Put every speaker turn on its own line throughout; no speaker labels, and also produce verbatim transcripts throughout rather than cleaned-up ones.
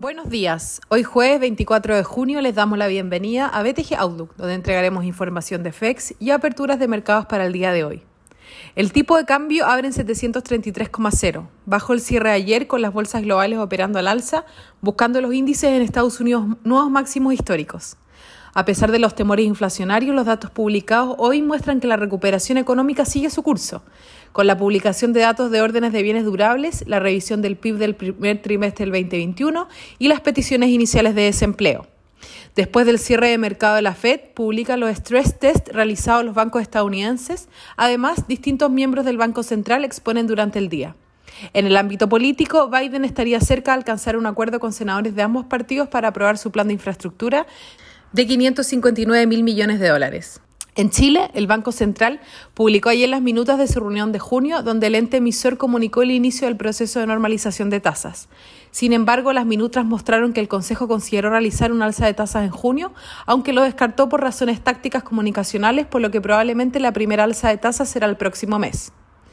Buenos días. Hoy jueves veinticuatro de junio les damos la bienvenida a B T G Outlook, donde entregaremos información de F E X y aperturas de mercados para el día de hoy. El tipo de cambio abre en setecientos treinta y tres coma cero, bajo el cierre de ayer con las bolsas globales operando al alza, buscando los índices en Estados Unidos nuevos máximos históricos. A pesar de los temores inflacionarios, los datos publicados hoy muestran que la recuperación económica sigue su curso, con la publicación de datos de órdenes de bienes durables, la revisión del P I B del primer trimestre del veinte veintiuno y las peticiones iniciales de desempleo. Después del cierre de mercado de la Fed, publica los stress test realizados en los bancos estadounidenses. Además, distintos miembros del Banco Central exponen durante el día. En el ámbito político, Biden estaría cerca de alcanzar un acuerdo con senadores de ambos partidos para aprobar su plan de infraestructura de quinientos cincuenta y nueve mil millones de dólares. En Chile, el Banco Central publicó ayer las minutas de su reunión de junio, donde el ente emisor comunicó el inicio del proceso de normalización de tasas. Sin embargo, las minutas mostraron que el Consejo consideró realizar un alza de tasas en junio, aunque lo descartó por razones tácticas comunicacionales, por lo que probablemente la primera alza de tasas será el próximo mes.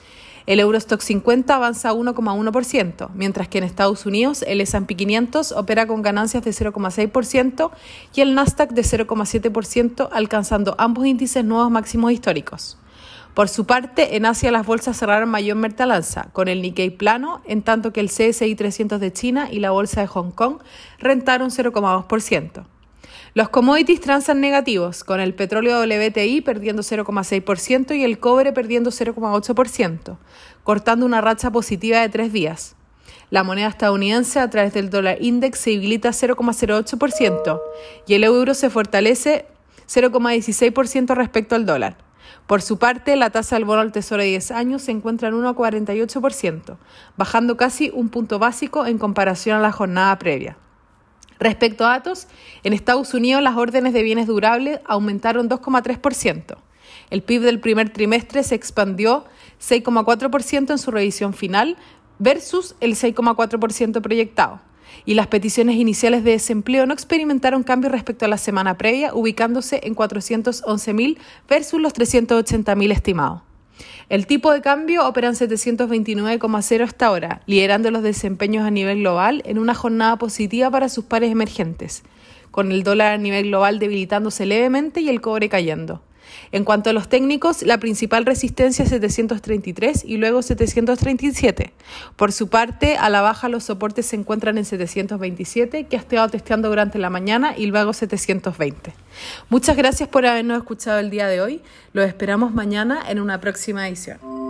El Eurostoxx cincuenta avanza uno coma uno por ciento, mientras que en Estados Unidos el S and P quinientos opera con ganancias de cero coma seis por ciento y el Nasdaq de cero coma siete por ciento, alcanzando ambos índices nuevos máximos históricos. Por su parte, en Asia las bolsas cerraron mayormente al alza, con el Nikkei plano, en tanto que el C S I trescientos de China y la bolsa de Hong Kong rentaron cero coma dos por ciento. Los commodities transan negativos, con el petróleo W T I perdiendo cero coma seis por ciento y el cobre perdiendo cero coma ocho por ciento, cortando una racha positiva de tres días. La moneda estadounidense a través del dólar index se debilita cero coma cero ocho por ciento y el euro se fortalece cero coma dieciséis por ciento respecto al dólar. Por su parte, la tasa del bono al tesoro de diez años se encuentra en uno coma cuarenta y ocho por ciento, bajando casi un punto básico en comparación a la jornada previa. Respecto a datos, en Estados Unidos las órdenes de bienes durables aumentaron dos coma tres por ciento. El P I B del primer trimestre se expandió seis coma cuatro por ciento en su revisión final versus el seis coma cuatro por ciento proyectado. Y las peticiones iniciales de desempleo no experimentaron cambios respecto a la semana previa, ubicándose en cuatrocientos once mil versus los trescientos ochenta mil estimados. El tipo de cambio opera en setecientos veintinueve coma cero hasta ahora, liderando los desempeños a nivel global en una jornada positiva para sus pares emergentes, con el dólar a nivel global debilitándose levemente y el cobre cayendo. En cuanto a los técnicos, la principal resistencia es setecientos treinta y tres y luego setecientos treinta y siete. Por su parte, a la baja los soportes se encuentran en setecientos veintisiete, que ha estado testeando durante la mañana, y luego setecientos veinte. Muchas gracias por habernos escuchado el día de hoy. Los esperamos mañana en una próxima edición.